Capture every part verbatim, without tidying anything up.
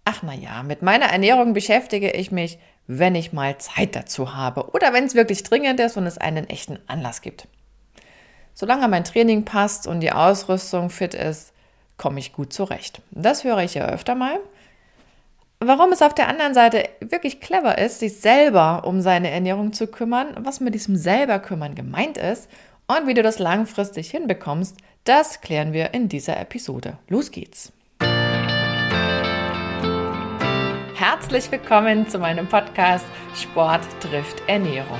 ach na ja, mit meiner Ernährung beschäftige ich mich, wenn ich mal Zeit dazu habe oder wenn es wirklich dringend ist und es einen echten Anlass gibt. Solange mein Training passt und die Ausrüstung fit ist, komme ich gut zurecht. Das höre ich ja öfter mal. Warum es auf der anderen Seite wirklich clever ist, sich selber um seine Ernährung zu kümmern, was mit diesem selber kümmern gemeint ist und wie du das langfristig hinbekommst, das klären wir in dieser Episode. Los geht's! Herzlich willkommen zu meinem Podcast Sport trifft Ernährung.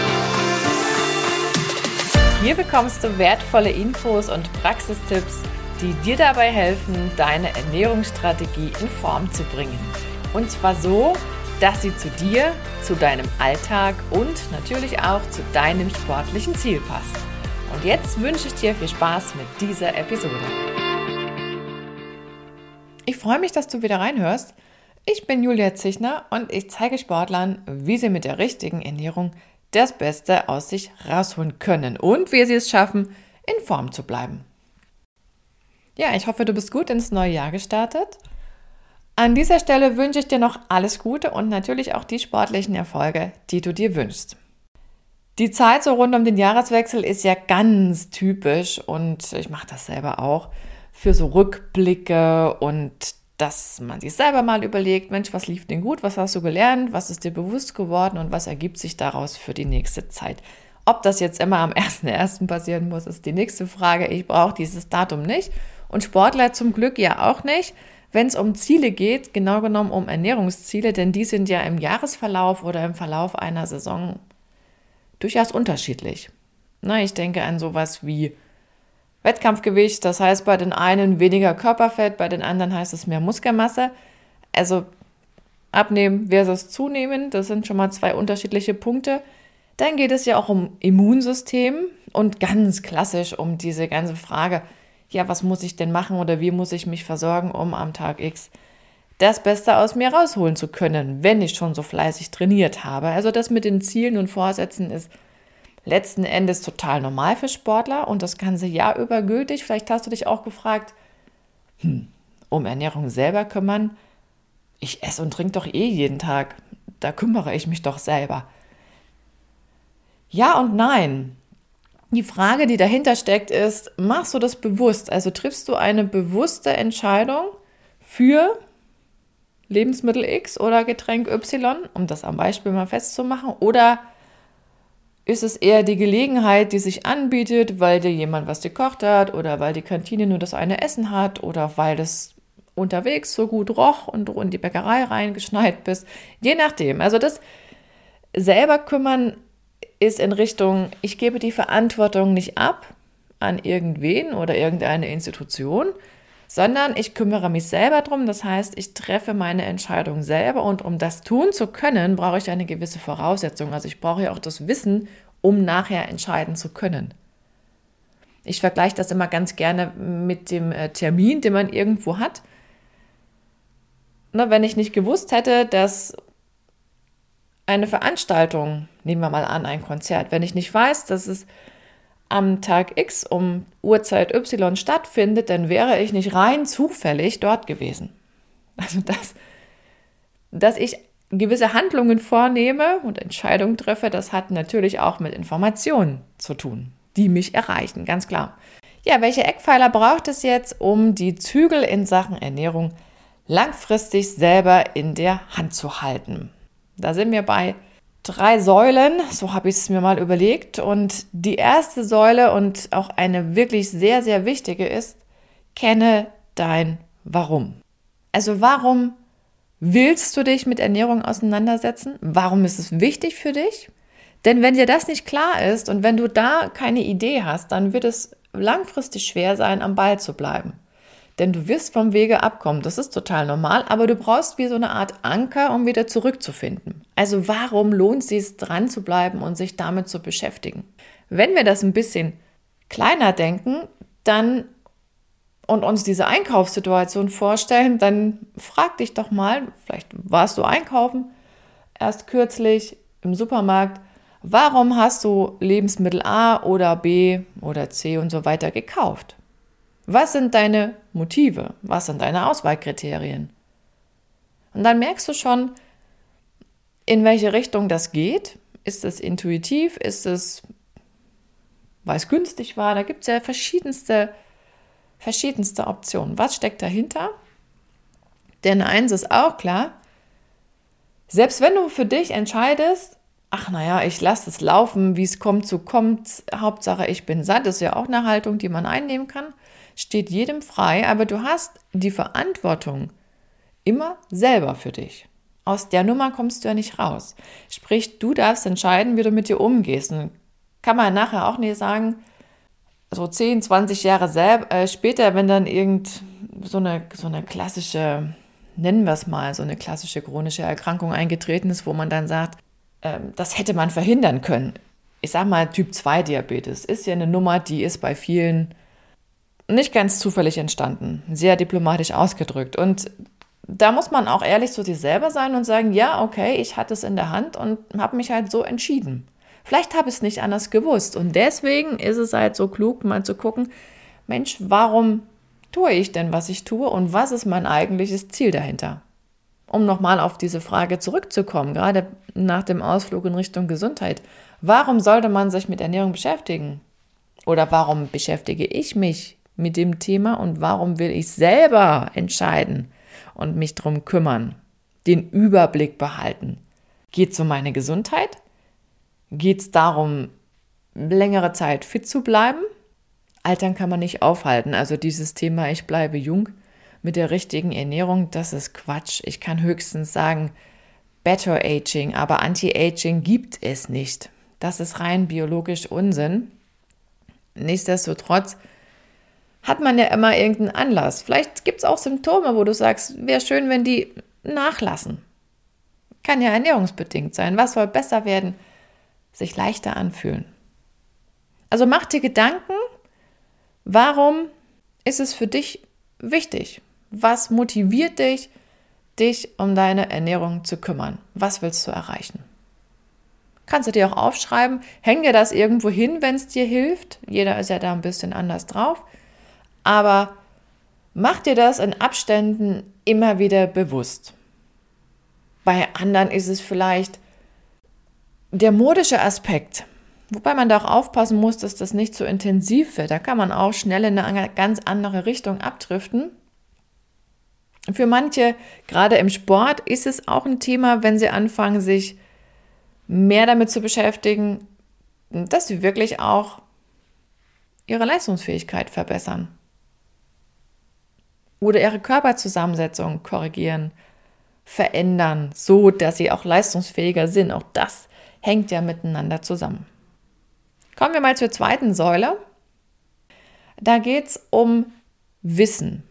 Hier bekommst du wertvolle Infos und Praxistipps, die dir dabei helfen, deine Ernährungsstrategie in Form zu bringen. Und zwar so, dass sie zu dir, zu deinem Alltag und natürlich auch zu deinem sportlichen Ziel passt. Und jetzt wünsche ich dir viel Spaß mit dieser Episode. Ich freue mich, dass du wieder reinhörst. Ich bin Julia Zichner und ich zeige Sportlern, wie sie mit der richtigen Ernährung das Beste aus sich rausholen können und wie sie es schaffen, in Form zu bleiben. Ja, ich hoffe, du bist gut ins neue Jahr gestartet. An dieser Stelle wünsche ich dir noch alles Gute und natürlich auch die sportlichen Erfolge, die du dir wünschst. Die Zeit so rund um den Jahreswechsel ist ja ganz typisch und ich mache das selber auch für so Rückblicke und dass man sich selber mal überlegt, Mensch, was lief denn gut, was hast du gelernt, was ist dir bewusst geworden und was ergibt sich daraus für die nächste Zeit. Ob das jetzt immer am ersten ersten passieren muss, ist die nächste Frage. Ich brauche dieses Datum nicht. Und Sportler zum Glück ja auch nicht, wenn es um Ziele geht, genau genommen um Ernährungsziele, denn die sind ja im Jahresverlauf oder im Verlauf einer Saison durchaus unterschiedlich. Na, ich denke an sowas wie Wettkampfgewicht, das heißt bei den einen weniger Körperfett, bei den anderen heißt es mehr Muskelmasse. Also abnehmen versus zunehmen, das sind schon mal zwei unterschiedliche Punkte. Dann geht es ja auch um Immunsystem und ganz klassisch um diese ganze Frage, ja, was muss ich denn machen oder wie muss ich mich versorgen, um am Tag X das Beste aus mir rausholen zu können, wenn ich schon so fleißig trainiert habe. Also das mit den Zielen und Vorsätzen ist letzten Endes total normal für Sportler und das ganze Jahr über gültig. Vielleicht hast du dich auch gefragt, hm, um Ernährung selber kümmern? Ich esse und trinke doch eh jeden Tag. Da kümmere ich mich doch selber. Ja und nein. Die Frage, die dahinter steckt, ist, machst du das bewusst? Also triffst du eine bewusste Entscheidung für Lebensmittel X oder Getränk Y, um das am Beispiel mal festzumachen? Oder ist es eher die Gelegenheit, die sich anbietet, weil dir jemand was gekocht hat oder weil die Kantine nur das eine Essen hat oder weil das unterwegs so gut roch und du in die Bäckerei reingeschneit bist? Je nachdem. Also das selber kümmern ist in Richtung, ich gebe die Verantwortung nicht ab an irgendwen oder irgendeine Institution, sondern ich kümmere mich selber drum. Das heißt, ich treffe meine Entscheidung selber und um das tun zu können, brauche ich eine gewisse Voraussetzung. Also ich brauche ja auch das Wissen, um nachher entscheiden zu können. Ich vergleiche das immer ganz gerne mit dem Termin, den man irgendwo hat. Na, wenn ich nicht gewusst hätte, dass eine Veranstaltung, nehmen wir mal an, ein Konzert, wenn ich nicht weiß, dass es am Tag X um Uhrzeit Y stattfindet, dann wäre ich nicht rein zufällig dort gewesen. Also das, dass ich gewisse Handlungen vornehme und Entscheidungen treffe, das hat natürlich auch mit Informationen zu tun, die mich erreichen, ganz klar. Ja, welche Eckpfeiler braucht es jetzt, um die Zügel in Sachen Ernährung langfristig selber in der Hand zu halten? Da sind wir bei drei Säulen, so habe ich es mir mal überlegt. Und die erste Säule und auch eine wirklich sehr, sehr wichtige ist, kenne dein Warum. Also warum willst du dich mit Ernährung auseinandersetzen? Warum ist es wichtig für dich? Denn wenn dir das nicht klar ist und wenn du da keine Idee hast, dann wird es langfristig schwer sein, am Ball zu bleiben. Denn du wirst vom Wege abkommen, das ist total normal, aber du brauchst wie so eine Art Anker, um wieder zurückzufinden. Also warum lohnt es sich, dran zu bleiben und sich damit zu beschäftigen? Wenn wir das ein bisschen kleiner denken, dann und uns diese Einkaufssituation vorstellen, dann frag dich doch mal, vielleicht warst du einkaufen, erst kürzlich im Supermarkt, warum hast du Lebensmittel A oder B oder C und so weiter gekauft? Was sind deine Motive? Was sind deine Auswahlkriterien? Und dann merkst du schon, in welche Richtung das geht. Ist es intuitiv? Ist es, weil es günstig war? Da gibt es ja verschiedenste, verschiedenste Optionen. Was steckt dahinter? Denn eins ist auch klar, selbst wenn du für dich entscheidest, ach naja, ich lasse es laufen, wie es kommt, so kommt, Hauptsache ich bin satt, das ist ja auch eine Haltung, die man einnehmen kann, steht jedem frei, aber du hast die Verantwortung immer selber für dich. Aus der Nummer kommst du ja nicht raus. Sprich, du darfst entscheiden, wie du mit dir umgehst. Und kann man nachher auch nicht sagen, so zehn, zwanzig Jahre selber, äh, später, wenn dann irgend so eine, so eine klassische, nennen wir es mal, so eine klassische chronische Erkrankung eingetreten ist, wo man dann sagt, ähm, das hätte man verhindern können. Ich sag mal, Typ zwei Diabetes ist ja eine Nummer, die ist bei vielen nicht ganz zufällig entstanden, sehr diplomatisch ausgedrückt. Und da muss man auch ehrlich zu sich selber sein und sagen, ja, okay, ich hatte es in der Hand und habe mich halt so entschieden. Vielleicht habe ich es nicht anders gewusst. Und deswegen ist es halt so klug, mal zu gucken, Mensch, warum tue ich denn, was ich tue und was ist mein eigentliches Ziel dahinter? Um nochmal auf diese Frage zurückzukommen, gerade nach dem Ausflug in Richtung Gesundheit. Warum sollte man sich mit Ernährung beschäftigen? Oder warum beschäftige ich mich mit dem Thema und warum will ich selber entscheiden und mich drum kümmern, den Überblick behalten? Geht es um meine Gesundheit? Geht es darum, längere Zeit fit zu bleiben? Altern kann man nicht aufhalten. Also dieses Thema, ich bleibe jung mit der richtigen Ernährung, das ist Quatsch. Ich kann höchstens sagen, Better Aging, aber Anti-Aging gibt es nicht. Das ist rein biologisch Unsinn. Nichtsdestotrotz hat man ja immer irgendeinen Anlass. Vielleicht gibt es auch Symptome, wo du sagst, wäre schön, wenn die nachlassen. Kann ja ernährungsbedingt sein. Was soll besser werden? Sich leichter anfühlen. Also mach dir Gedanken, warum ist es für dich wichtig? Was motiviert dich, dich um deine Ernährung zu kümmern? Was willst du erreichen? Kannst du dir auch aufschreiben, häng dir das irgendwo hin, wenn es dir hilft. Jeder ist ja da ein bisschen anders drauf. Aber mach dir das in Abständen immer wieder bewusst. Bei anderen ist es vielleicht der modische Aspekt, wobei man da auch aufpassen muss, dass das nicht so intensiv wird. Da kann man auch schnell in eine ganz andere Richtung abdriften. Für manche, gerade im Sport, ist es auch ein Thema, wenn sie anfangen, sich mehr damit zu beschäftigen, dass sie wirklich auch ihre Leistungsfähigkeit verbessern oder ihre Körperzusammensetzung korrigieren, verändern, so dass sie auch leistungsfähiger sind. Auch das hängt ja miteinander zusammen. Kommen wir mal zur zweiten Säule. Da geht es um Wissen,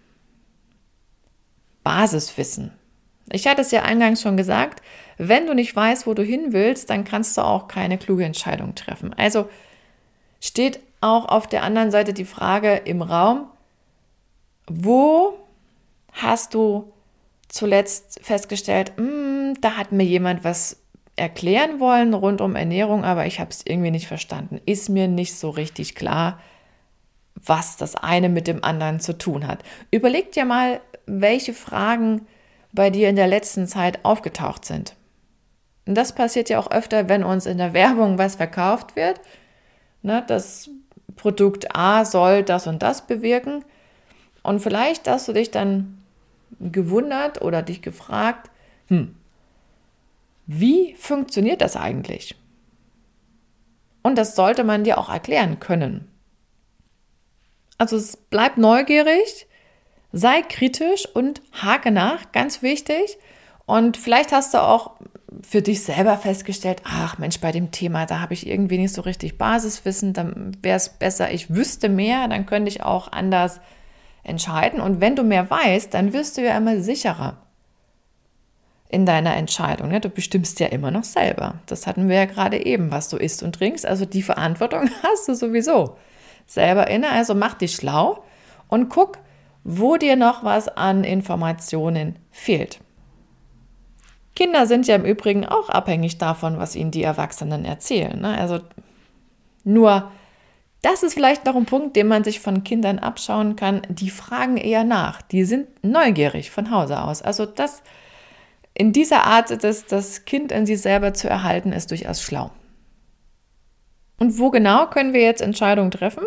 Basiswissen. Ich hatte es ja eingangs schon gesagt, wenn du nicht weißt, wo du hin willst, dann kannst du auch keine kluge Entscheidung treffen. Also steht auch auf der anderen Seite die Frage im Raum, wo hast du zuletzt festgestellt, da hat mir jemand was erklären wollen rund um Ernährung, aber ich habe es irgendwie nicht verstanden. Ist mir nicht so richtig klar, was das eine mit dem anderen zu tun hat. Überleg dir mal, welche Fragen bei dir in der letzten Zeit aufgetaucht sind. Und das passiert ja auch öfter, wenn uns in der Werbung was verkauft wird. Ne, das Produkt A soll das und das bewirken. Und vielleicht hast du dich dann gewundert oder dich gefragt, hm, wie funktioniert das eigentlich? Und das sollte man dir auch erklären können. Also es bleib neugierig, sei kritisch und hake nach, ganz wichtig. Und vielleicht hast du auch für dich selber festgestellt, ach Mensch, bei dem Thema, da habe ich irgendwie nicht so richtig Basiswissen, dann wäre es besser, ich wüsste mehr, dann könnte ich auch anders entscheiden. Und wenn du mehr weißt, dann wirst du ja immer sicherer in deiner Entscheidung. Du bestimmst ja immer noch selber. Das hatten wir ja gerade eben, was du isst und trinkst. Also die Verantwortung hast du sowieso selber inne. Also mach dich schlau und guck, wo dir noch was an Informationen fehlt. Kinder sind ja im Übrigen auch abhängig davon, was ihnen die Erwachsenen erzählen. Also nur, das ist vielleicht noch ein Punkt, den man sich von Kindern abschauen kann. Die fragen eher nach. Die sind neugierig von Hause aus. Also das in dieser Art das, das Kind in sich selber zu erhalten, ist durchaus schlau. Und wo genau können wir jetzt Entscheidungen treffen?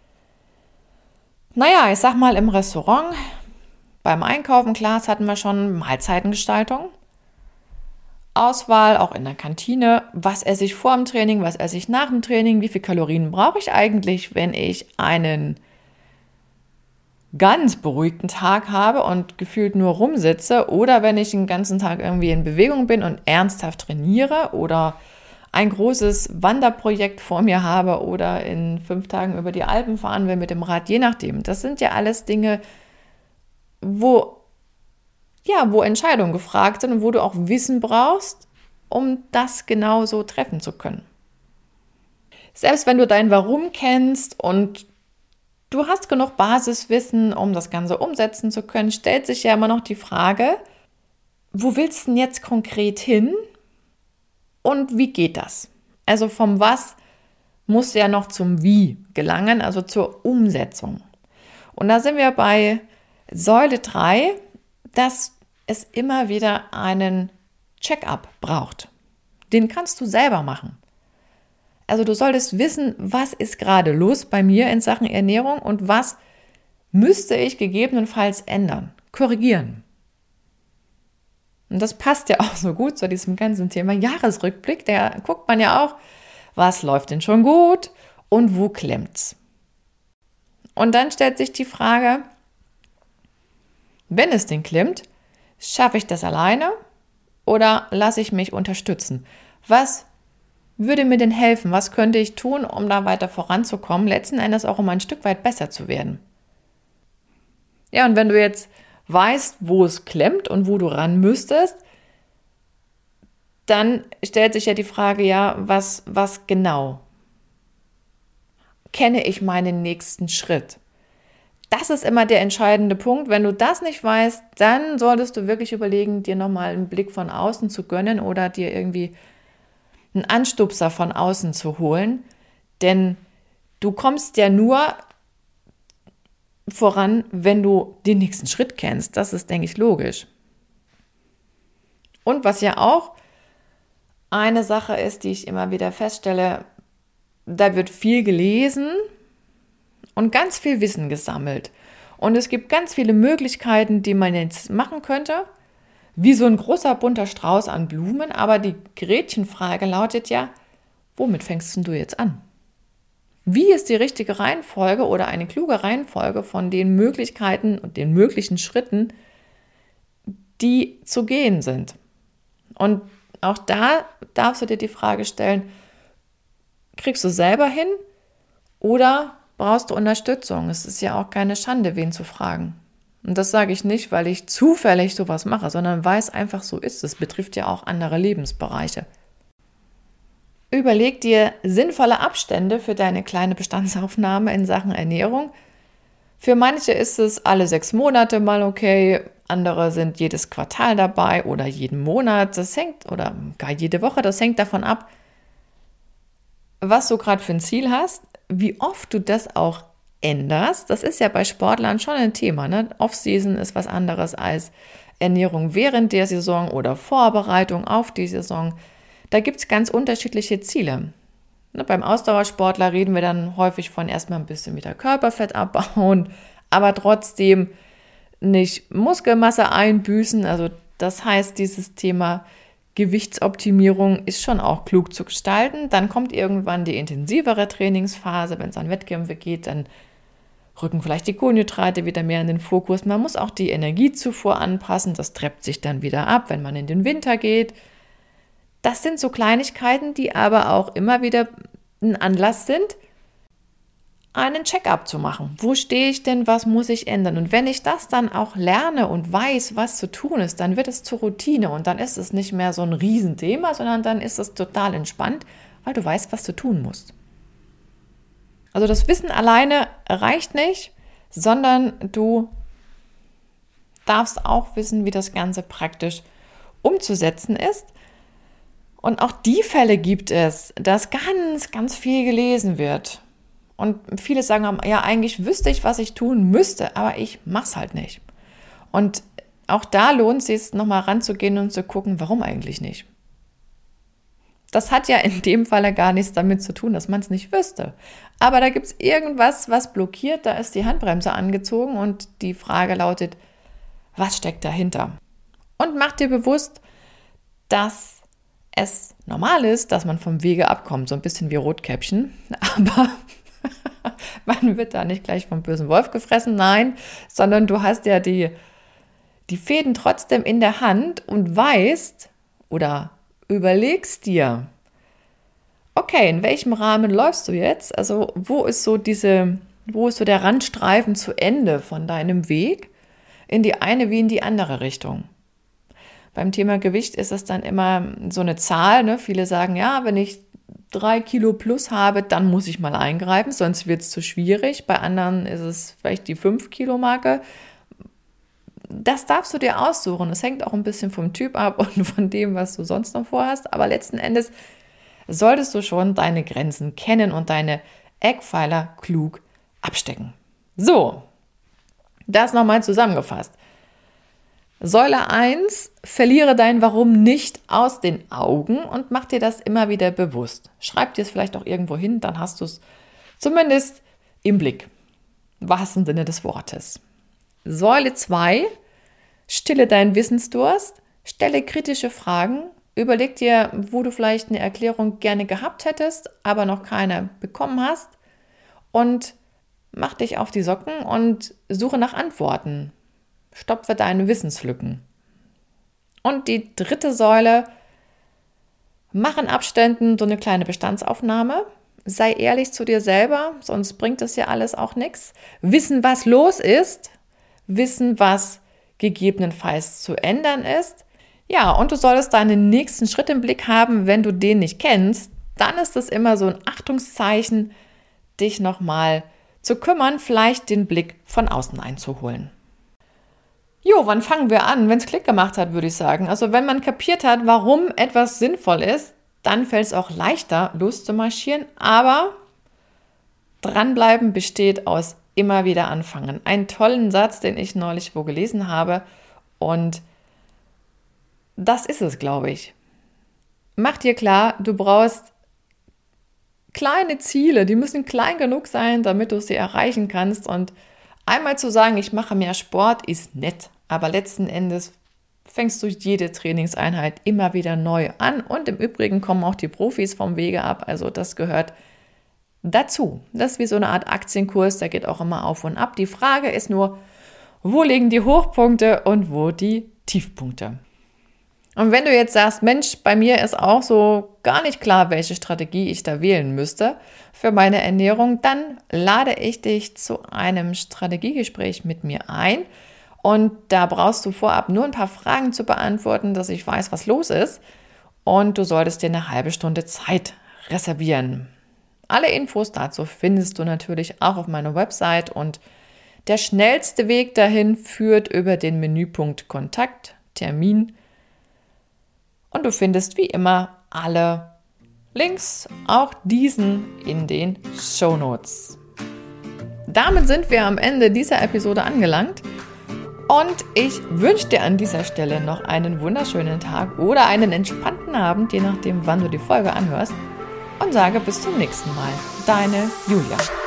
Naja, ich sag mal im Restaurant, beim Einkaufen, klar, das hatten wir schon, Mahlzeitengestaltung, Auswahl, auch in der Kantine, was esse ich vor dem Training, was esse ich nach dem Training, wie viele Kalorien brauche ich eigentlich, wenn ich einen ganz beruhigten Tag habe und gefühlt nur rumsitze oder wenn ich den ganzen Tag irgendwie in Bewegung bin und ernsthaft trainiere oder ein großes Wanderprojekt vor mir habe oder in fünf Tagen über die Alpen fahren will mit dem Rad, je nachdem. Das sind ja alles Dinge, wo, ja, wo Entscheidungen gefragt sind und wo du auch Wissen brauchst, um das genau so treffen zu können. Selbst wenn du dein Warum kennst und du hast genug Basiswissen, um das Ganze umsetzen zu können, stellt sich ja immer noch die Frage, wo willst du denn jetzt konkret hin und wie geht das? Also vom Was muss ja noch zum Wie gelangen, also zur Umsetzung. Und da sind wir bei Säule drei, dass es immer wieder einen Check-up braucht. Den kannst du selber machen. Also du solltest wissen, was ist gerade los bei mir in Sachen Ernährung und was müsste ich gegebenenfalls ändern, korrigieren. Und das passt ja auch so gut zu diesem ganzen Thema Jahresrückblick. Da guckt man ja auch, was läuft denn schon gut und wo klemmt's. Und dann stellt sich die Frage, wenn es denn klemmt, schaffe ich das alleine oder lasse ich mich unterstützen? Was würde mir denn helfen? Was könnte ich tun, um da weiter voranzukommen? Letzten Endes auch, um ein Stück weit besser zu werden. Ja, und wenn du jetzt weißt, wo es klemmt und wo du ran müsstest, dann stellt sich ja die Frage, ja, was, was genau? Kenne ich meinen nächsten Schritt? Das ist immer der entscheidende Punkt. Wenn du das nicht weißt, dann solltest du wirklich überlegen, dir nochmal einen Blick von außen zu gönnen oder dir irgendwie einen Anstupser von außen zu holen. Denn du kommst ja nur voran, wenn du den nächsten Schritt kennst. Das ist, denke ich, logisch. Und was ja auch eine Sache ist, die ich immer wieder feststelle, da wird viel gelesen und ganz viel Wissen gesammelt. Und es gibt ganz viele Möglichkeiten, die man jetzt machen könnte, wie so ein großer bunter Strauß an Blumen. Aber die Gretchenfrage lautet ja, womit fängst du jetzt an? Wie ist die richtige Reihenfolge oder eine kluge Reihenfolge von den Möglichkeiten und den möglichen Schritten, die zu gehen sind? Und auch da darfst du dir die Frage stellen, kriegst du selber hin oder brauchst du Unterstützung? Es ist ja auch keine Schande, wen zu fragen. Und das sage ich nicht, weil ich zufällig sowas mache, sondern weil es einfach so ist. Es betrifft ja auch andere Lebensbereiche. Überleg dir sinnvolle Abstände für deine kleine Bestandsaufnahme in Sachen Ernährung. Für manche ist es alle sechs Monate mal okay, andere sind jedes Quartal dabei oder jeden Monat. Das hängt, oder gar jede Woche, das hängt davon ab, was du gerade für ein Ziel hast, wie oft du das auch änderst. Das ist ja bei Sportlern schon ein Thema, ne? Off-Season ist was anderes als Ernährung während der Saison oder Vorbereitung auf die Saison. Da gibt es ganz unterschiedliche Ziele. Ne, beim Ausdauersportler reden wir dann häufig von erstmal ein bisschen wieder Körperfett abbauen, aber trotzdem nicht Muskelmasse einbüßen. Also das heißt, dieses Thema Gewichtsoptimierung ist schon auch klug zu gestalten. Dann kommt irgendwann die intensivere Trainingsphase. Wenn es an Wettkämpfe geht, dann rücken vielleicht die Kohlenhydrate wieder mehr in den Fokus. Man muss auch die Energiezufuhr anpassen. Das treppt sich dann wieder ab, wenn man in den Winter geht. Das sind so Kleinigkeiten, die aber auch immer wieder ein Anlass sind, einen Check-up zu machen. Wo stehe ich denn? Was muss ich ändern? Und wenn ich das dann auch lerne und weiß, was zu tun ist, dann wird es zur Routine und dann ist es nicht mehr so ein Riesenthema, sondern dann ist es total entspannt, weil du weißt, was du tun musst. Also das Wissen alleine reicht nicht, sondern du darfst auch wissen, wie das Ganze praktisch umzusetzen ist. Und auch die Fälle gibt es, dass ganz, ganz viel gelesen wird. Und viele sagen, ja, eigentlich wüsste ich, was ich tun müsste, aber ich mache es halt nicht. Und Auch da lohnt es sich, nochmal ranzugehen und zu gucken, warum eigentlich nicht. Das hat ja in dem Falle gar nichts damit zu tun, dass man es nicht wüsste. Aber da gibt es irgendwas, was blockiert, da ist die Handbremse angezogen und die Frage lautet, was steckt dahinter? Und mach dir bewusst, dass es normal ist, dass man vom Wege abkommt, so ein bisschen wie Rotkäppchen, aber man wird da nicht gleich vom bösen Wolf gefressen, nein, sondern du hast ja die, die Fäden trotzdem in der Hand und weißt oder überlegst dir, okay, in welchem Rahmen läufst du jetzt? Also wo ist so diese, wo ist so der Randstreifen zu Ende von deinem Weg in die eine wie in die andere Richtung? Beim Thema Gewicht ist es dann immer so eine Zahl, ne? Viele sagen, ja, wenn ich drei Kilo plus habe, dann muss ich mal eingreifen, sonst wird es zu schwierig. Bei anderen ist es vielleicht die fünf Kilo Marke. Das darfst du dir aussuchen. Es hängt auch ein bisschen vom Typ ab und von dem, was du sonst noch vorhast. Aber letzten Endes solltest du schon deine Grenzen kennen und deine Eckpfeiler klug abstecken. So, das nochmal zusammengefasst. Säule eins, verliere dein Warum nicht aus den Augen und mach dir das immer wieder bewusst. Schreib dir es vielleicht auch irgendwo hin, dann hast du es zumindest im Blick. Im wahrsten Sinne des Wortes. Säule zwei, stille deinen Wissensdurst, stelle kritische Fragen, überleg dir, wo du vielleicht eine Erklärung gerne gehabt hättest, aber noch keine bekommen hast und mach dich auf die Socken und suche nach Antworten. Stopfe deine Wissenslücken. Und die dritte Säule, mach in Abständen so eine kleine Bestandsaufnahme. Sei ehrlich zu dir selber, sonst bringt das ja alles auch nichts. Wissen, was los ist. Wissen, was gegebenenfalls zu ändern ist. Ja, und du solltest deinen nächsten Schritt im Blick haben. Wenn du den nicht kennst, dann ist es immer so ein Achtungszeichen, dich nochmal zu kümmern, vielleicht den Blick von außen einzuholen. Jo, wann fangen wir an? Wenn es Klick gemacht hat, würde ich sagen. Also wenn man kapiert hat, warum etwas sinnvoll ist, dann fällt es auch leichter, loszumarschieren. Aber dranbleiben besteht aus immer wieder anfangen. Einen tollen Satz, den ich neulich wo gelesen habe. Und das ist es, glaube ich. Mach dir klar, du brauchst kleine Ziele. Die müssen klein genug sein, damit du sie erreichen kannst. Und einmal zu sagen, ich mache mehr Sport, ist nett. Aber letzten Endes fängst du jede Trainingseinheit immer wieder neu an. Und im Übrigen kommen auch die Profis vom Wege ab. Also das gehört dazu. Das ist wie so eine Art Aktienkurs, der geht auch immer auf und ab. Die Frage ist nur, wo liegen die Hochpunkte und wo die Tiefpunkte? Und wenn du jetzt sagst, Mensch, bei mir ist auch so gar nicht klar, welche Strategie ich da wählen müsste für meine Ernährung, dann lade ich dich zu einem Strategiegespräch mit mir ein. Und da brauchst du vorab nur ein paar Fragen zu beantworten, dass ich weiß, was los ist. Und du solltest dir eine halbe Stunde Zeit reservieren. Alle Infos dazu findest du natürlich auch auf meiner Website. Und der schnellste Weg dahin führt über den Menüpunkt Kontakt, Termin. Und du findest wie immer alle Links, auch diesen in den Shownotes. Damit sind wir am Ende dieser Episode angelangt. Und ich wünsche dir an dieser Stelle noch einen wunderschönen Tag oder einen entspannten Abend, je nachdem, wann du die Folge anhörst. Und sage bis zum nächsten Mal. Deine Julia.